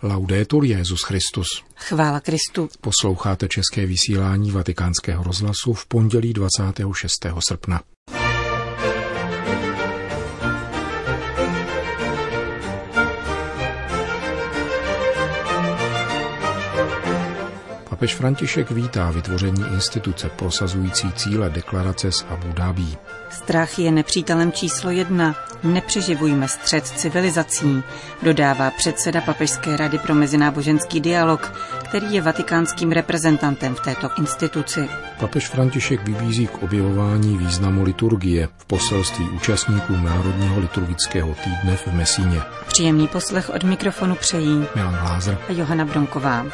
Laudetur Jesus Christus. Chvála Kristu. Posloucháte české vysílání Vatikánského rozhlasu v pondělí 26. srpna. Papež František vítá vytvoření instituce prosazující cíle deklarace z Abu Dhabí. Strach je nepřítelem číslo 1. Nepřeživujme střet civilizací, dodává předseda Papežské rady pro mezináboženský dialog, který je vatikánským reprezentantem v této instituci. Papež František vybízí k objevování významu liturgie v poselství účastníkům Národního liturgického týdne v Messíně. Příjemný poslech od mikrofonu přejí Milan Glázer a Johana Bronková.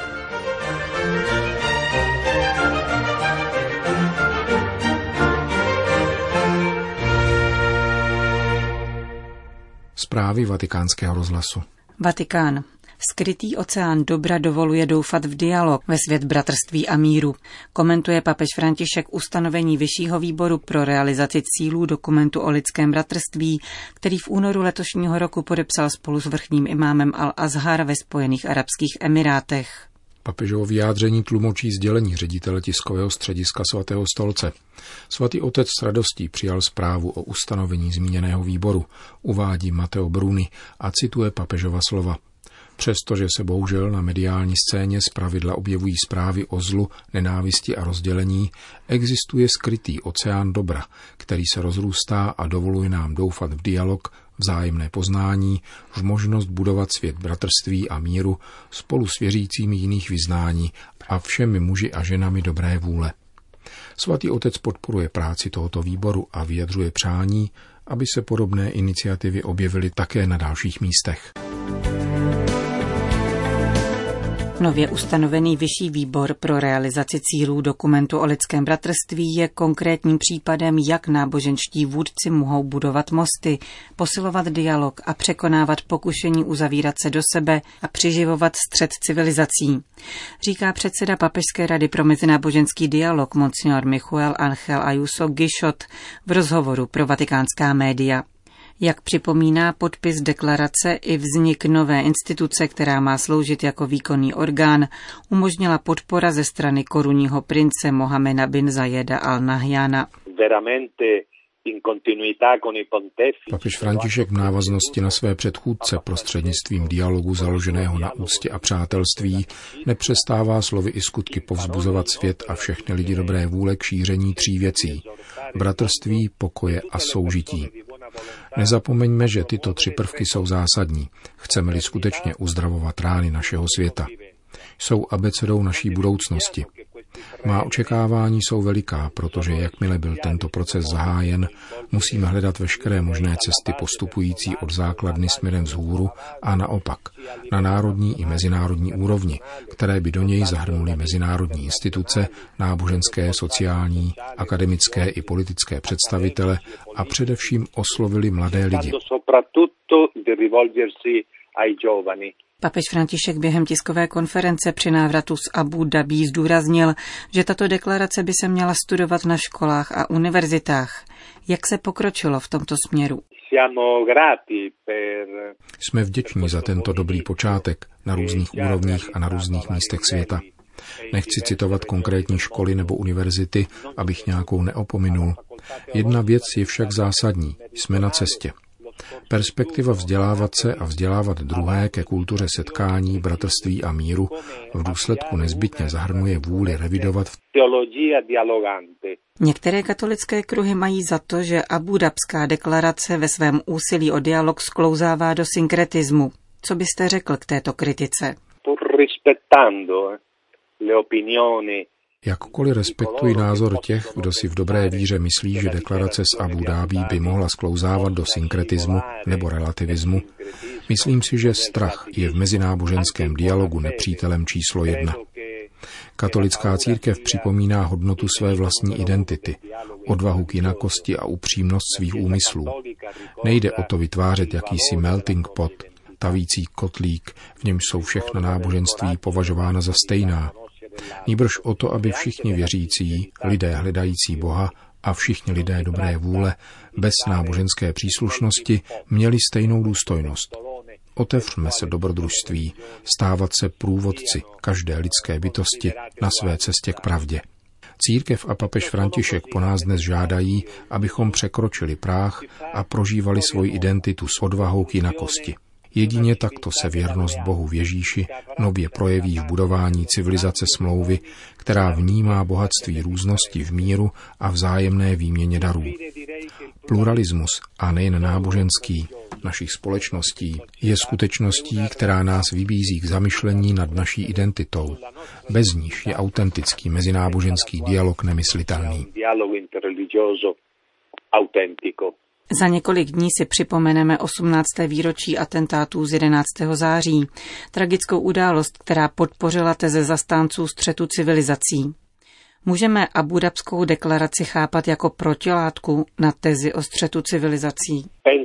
Zprávy Vatikánského rozhlasu. Vatikán. Skrytý oceán dobra dovoluje doufat v dialog ve svět bratrství a míru. Komentuje papež František ustanovení Vyššího výboru pro realizaci cílů dokumentu o lidském bratrství, který v únoru letošního roku podepsal spolu s vrchním imámem Al-Azhar ve Spojených arabských emirátech. Papežovo vyjádření tlumočí sdělení ředitele tiskového střediska Svatého stolce. Svatý otec s radostí přijal zprávu o ustanovení zmíněného výboru, uvádí Matteo Bruni a cituje papežova slova. Přestože se bohužel na mediální scéně zpravidla objevují zprávy o zlu, nenávisti a rozdělení, existuje skrytý oceán dobra, který se rozrůstá a dovoluje nám doufat v dialog, vzájemné poznání, v možnost budovat svět bratrství a míru spolu s věřícími jiných vyznání a všemi muži a ženami dobré vůle. Svatý otec podporuje práci tohoto výboru a vyjadřuje přání, aby se podobné iniciativy objevily také na dalších místech. Nově ustanovený Vyšší výbor pro realizaci cílů dokumentu o lidském bratrství je konkrétním případem, jak náboženští vůdci mohou budovat mosty, posilovat dialog a překonávat pokušení uzavírat se do sebe a přiživovat střet civilizací, říká předseda Papežské rady pro mezináboženský dialog Monsignor Miguel Ángel Ayuso Guixot v rozhovoru pro vatikánská média. Jak připomíná podpis deklarace i vznik nové instituce, která má sloužit jako výkonný orgán, umožnila podpora ze strany korunního prince Mohameda bin Zayeda Al Nahyana. Papež František v návaznosti na své předchůdce prostřednictvím dialogu založeného na úctě a přátelství nepřestává slovy i skutky povzbuzovat svět a všechny lidi dobré vůle k šíření 3 věcí: bratrství, pokoje a soužití. Nezapomeňme, že tyto 3 prvky jsou zásadní, chceme-li skutečně uzdravovat rány našeho světa. Jsou abecedou naší budoucnosti. Má očekávání jsou veliká, protože jakmile byl tento proces zahájen, musíme hledat veškeré možné cesty postupující od základny směrem vzhůru a naopak, na národní i mezinárodní úrovni, které by do něj zahrnuly mezinárodní instituce, náboženské, sociální, akademické i politické představitele a především oslovili mladé lidi. Papež František během tiskové konference při návratu z Abu Dhabí zdůraznil, že tato deklarace by se měla studovat na školách a univerzitách. Jak se pokročilo v tomto směru? Jsme vděční za tento dobrý počátek na různých úrovních a na různých místech světa. Nechci citovat konkrétní školy nebo univerzity, abych nějakou neopominul. Jedna věc je však zásadní. Jsme na cestě. Perspektiva vzdělávat se a vzdělávat druhé ke kultuře setkání, bratrství a míru v důsledku nezbytně zahrnuje vůli revidovat Některé katolické kruhy mají za to, že Abudabská deklarace ve svém úsilí o dialog sklouzává do synkretismu. Co byste řekl k této kritice? Jakkoliv respektuji názor těch, kdo si v dobré víře myslí, že deklarace z Abu Dhabí by mohla sklouzávat do synkretismu nebo relativismu, myslím si, že strach je v mezináboženském dialogu nepřítelem číslo 1. Katolická církev připomíná hodnotu své vlastní identity, odvahu k jinakosti a upřímnost svých úmyslů. Nejde o to vytvářet jakýsi melting pot, tavící kotlík, v němž jsou všechna náboženství považována za stejná. Nýbrž o to, aby všichni věřící, lidé hledající Boha a všichni lidé dobré vůle, bez náboženské příslušnosti, měli stejnou důstojnost. Otevřme se dobrodružství, stávat se průvodci každé lidské bytosti na své cestě k pravdě. Církev a papež František po nás dnes žádají, abychom překročili práh a prožívali svoji identitu s odvahou k jinakosti. Jedině takto se věrnost Bohu v Ježíši nově projeví v budování civilizace smlouvy, která vnímá bohatství různosti v míru a vzájemné výměně darů. Pluralismus, a nejen náboženský, našich společností je skutečností, která nás vybízí k zamyšlení nad naší identitou. Bez níž je autentický mezináboženský dialog nemyslitelný. Za několik dní si připomeneme 18. výročí atentátů z 11. září, tragickou událost, která podpořila teze zastánců střetu civilizací. Můžeme Abudabskou deklaraci chápat jako protilátku na tezi o střetu civilizací.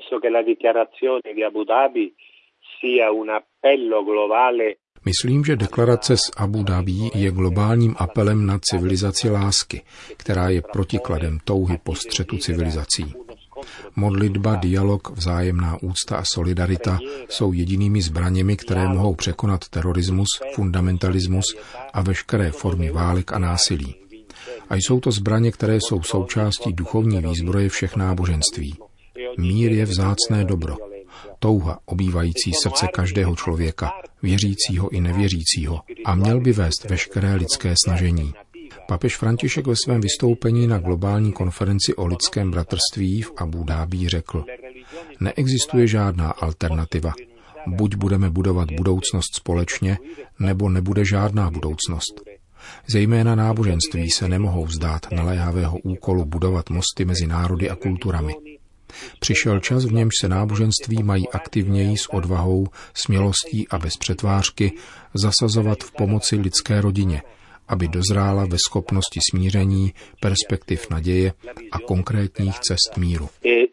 Myslím, že deklarace z Abu Dhabí je globálním apelem na civilizaci lásky, která je protikladem touhy po střetu civilizací. Modlitba, dialog, vzájemná úcta a solidarita jsou jedinými zbraněmi, které mohou překonat terorismus, fundamentalismus a veškeré formy válek a násilí. A jsou to zbraně, které jsou součástí duchovní výzbroje všech náboženství. Mír je vzácné dobro. Touha obývající srdce každého člověka, věřícího i nevěřícího, a měl by vést veškeré lidské snažení. Papež František ve svém vystoupení na globální konferenci o lidském bratrství v Abu Dhabí řekl: neexistuje žádná alternativa. Buď budeme budovat budoucnost společně, nebo nebude žádná budoucnost. Zejména náboženství se nemohou vzdát naléhavého úkolu budovat mosty mezi národy a kulturami. Přišel čas, v němž se náboženství mají aktivněji s odvahou, smělostí a bez přetvářky zasazovat v pomoci lidské rodině, aby dozrála ve schopnosti smíření, perspektiv naděje a konkrétních cest míru.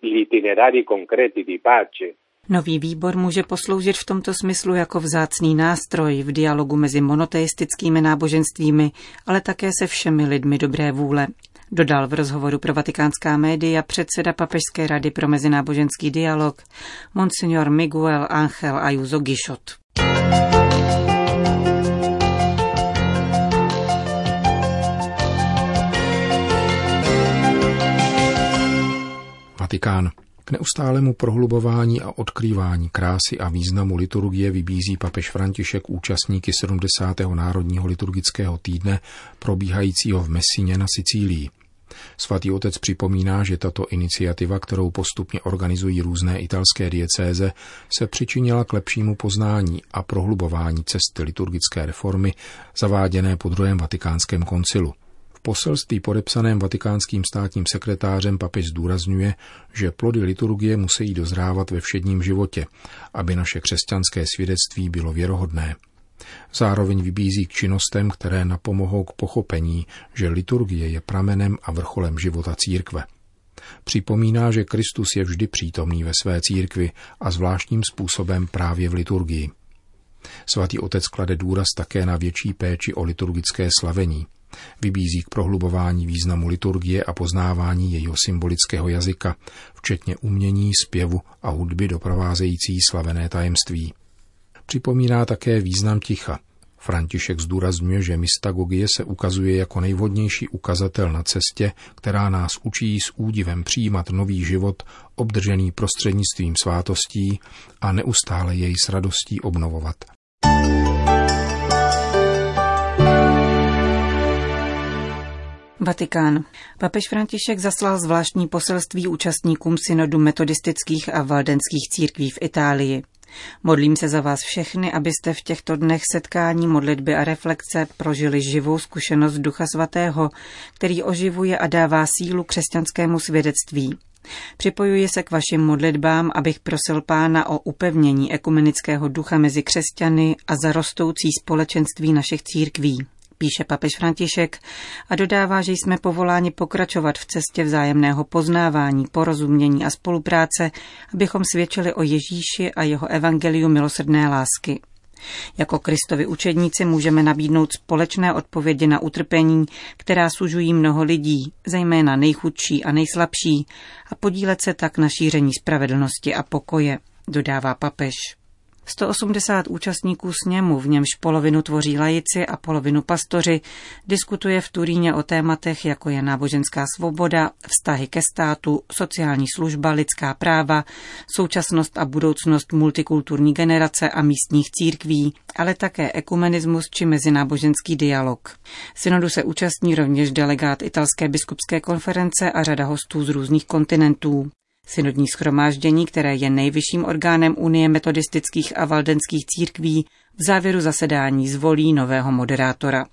Nový výbor může posloužit v tomto smyslu jako vzácný nástroj v dialogu mezi monoteistickými náboženstvími, ale také se všemi lidmi dobré vůle. Dodal v rozhovoru pro vatikánská média předseda Papežské rady pro mezináboženský dialog, Monsignor Miguel Ángel Ayuso Guixot. Vatikán. K neustálému prohlubování a odkrývání krásy a významu liturgie vybízí papež František účastníky 70. národního liturgického týdne probíhajícího v Messině na Sicílii. Svatý otec připomíná, že tato iniciativa, kterou postupně organizují různé italské diecéze, se přičinila k lepšímu poznání a prohlubování cesty liturgické reformy zaváděné po druhém vatikánském koncilu. V poselství podepsaném vatikánským státním sekretářem papež zdůrazňuje, že plody liturgie musí dozrávat ve všedním životě, aby naše křesťanské svědectví bylo věrohodné. Zároveň vybízí k činnostem, které napomohou k pochopení, že liturgie je pramenem a vrcholem života církve. Připomíná, že Kristus je vždy přítomný ve své církvi a zvláštním způsobem právě v liturgii. Svatý otec klade důraz také na větší péči o liturgické slavení. Vybízí k prohlubování významu liturgie a poznávání jejího symbolického jazyka, včetně umění, zpěvu a hudby doprovázející slavené tajemství. Připomíná také význam ticha. František zdůrazňuje, že mystagogie se ukazuje jako nejvhodnější ukazatel na cestě, která nás učí s údivem přijímat nový život, obdržený prostřednictvím svátostí, a neustále jej s radostí obnovovat. Vatikán. Papež František zaslal zvláštní poselství účastníkům synodu metodistických a valdenských církví v Itálii. Modlím se za vás všechny, abyste v těchto dnech setkání, modlitby a reflexe prožili živou zkušenost Ducha Svatého, který oživuje a dává sílu křesťanskému svědectví. Připojuji se k vašim modlitbám, abych prosil Pána o upevnění ekumenického ducha mezi křesťany a za rostoucí společenství našich církví, píše papež František a dodává, že jsme povoláni pokračovat v cestě vzájemného poznávání, porozumění a spolupráce, abychom svědčili o Ježíši a jeho evangeliu milosrdné lásky. Jako Kristovi učedníci můžeme nabídnout společné odpovědi na utrpení, která sužují mnoho lidí, zejména nejchudší a nejslabší, a podílet se tak na šíření spravedlnosti a pokoje, dodává papež. 180 účastníků sněmu, v němž polovinu tvoří laici a polovinu pastoři, diskutuje v Turíně o tématech, jako je náboženská svoboda, vztahy ke státu, sociální služba, lidská práva, současnost a budoucnost multikulturní generace a místních církví, ale také ekumenismus či mezináboženský dialog. Synodu se účastní rovněž delegát Italské biskupské konference a řada hostů z různých kontinentů. Synodní shromáždění, které je nejvyšším orgánem Unie metodistických a valdenských církví, v závěru zasedání zvolí nového moderátora.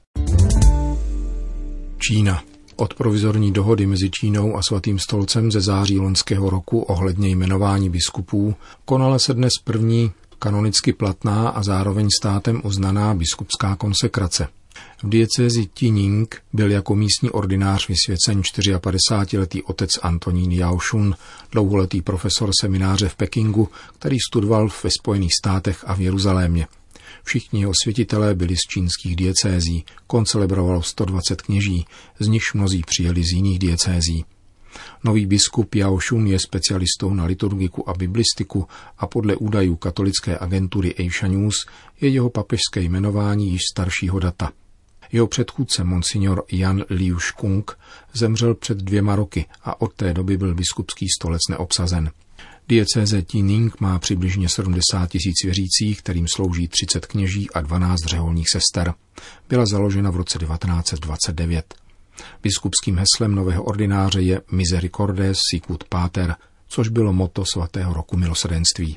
Čína. Od provizorní dohody mezi Čínou a Svatým stolcem ze září loňského roku ohledně jmenování biskupů konala se dnes první kanonicky platná a zároveň státem uznaná biskupská konsekrace. V diecézi Tining byl jako místní ordinář vysvěcen 54letý otec Antonín Yaoshun, dlouholetý profesor semináře v Pekingu, který studoval ve Spojených státech a v Jeruzalémě. Všichni jeho světitelé byli z čínských diecézí, koncelebrovalo 120 kněží, z nichž mnozí přijeli z jiných diecézí. Nový biskup Yaoshun je specialistou na liturgiku a biblistiku a podle údajů katolické agentury Asia News je jeho papežské jmenování již staršího data. Jeho předchůdce monsignor Jan Liuškung zemřel před 2 roky a od té doby byl biskupský stolec neobsazen. Diecéze Tining má přibližně 70 000 věřících, kterým slouží 30 kněží a 12 řeholních sester. Byla založena v roce 1929. Biskupským heslem nového ordináře je Misericordes sicut pater, což bylo motto svatého roku milosrdenství.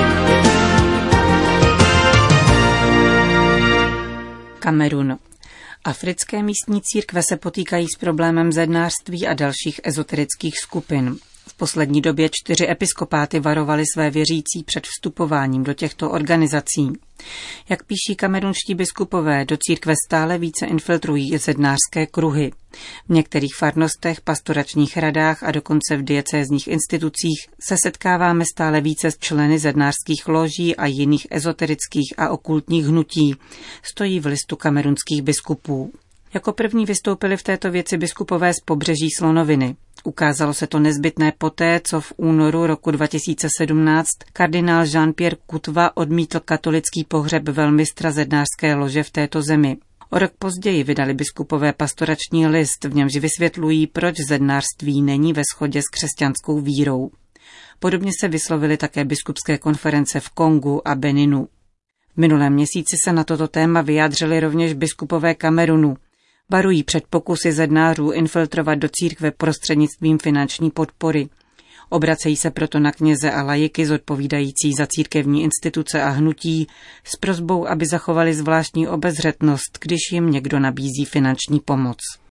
Kamerun. Africké místní církve se potýkají s problémem zednářství a dalších ezoterických skupin. V poslední době 4 episkopáty varovali své věřící před vstupováním do těchto organizací. Jak píší kamerunští biskupové, do církve stále více infiltrují zednářské kruhy. V některých farnostech, pastoračních radách a dokonce v diecézních institucích se setkáváme stále více s členy zednářských loží a jiných ezoterických a okultních hnutí, stojí v listu kamerunských biskupů. Jako první vystoupili v této věci biskupové z pobřeží Slonoviny. Ukázalo se to nezbytné poté, co v únoru roku 2017 kardinál Jean-Pierre Kutva odmítl katolický pohřeb velmistra zednářské lože v této zemi. O rok později vydali biskupové pastorační list, v němž vysvětlují, proč zednářství není ve shodě s křesťanskou vírou. Podobně se vyslovily také biskupské konference v Kongu a Beninu. V minulém měsíci se na toto téma vyjádřili rovněž biskupové Kamerunu. Varují před pokusy zednářů infiltrovat do církve prostřednictvím finanční podpory. Obracejí se proto na kněze a laiky zodpovídající za církevní instituce a hnutí s prosbou, aby zachovali zvláštní obezřetnost, když jim někdo nabízí finanční pomoc.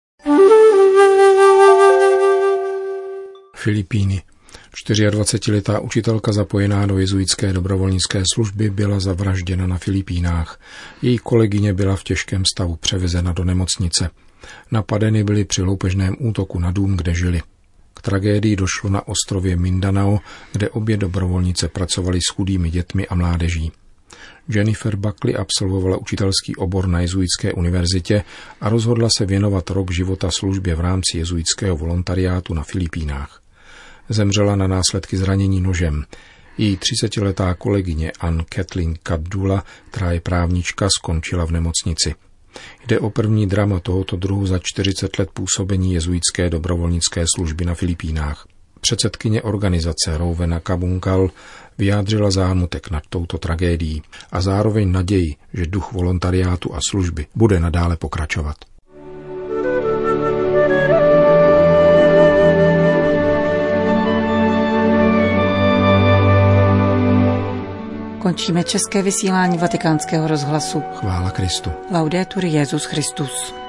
Filipíny. 24letá učitelka zapojená do jezuitské dobrovolnické služby byla zavražděna na Filipínách. Její kolegyně byla v těžkém stavu převezena do nemocnice. Napadeny byly při loupežném útoku na dům, kde žili. K tragédii došlo na ostrově Mindanao, kde obě dobrovolnice pracovaly s chudými dětmi a mládeží. Jennifer Buckley absolvovala učitelský obor na jezuitské univerzitě a rozhodla se věnovat rok života službě v rámci jezuitského volontariátu na Filipínách. Zemřela na následky zranění nožem. Její 30letá kolegyně Ann Kathleen Kabdula, která je právnička, skončila v nemocnici. Jde o první drama tohoto druhu za 40 let působení jezuitské dobrovolnické služby na Filipínách. Předsedkyně organizace Rowena Kabunkal vyjádřila zámutek nad touto tragédií a zároveň naději, že duch volontariátu a služby bude nadále pokračovat. Končíme české vysílání Vatikánského rozhlasu. Chvála Kristu. Laudetur Jesus Christus.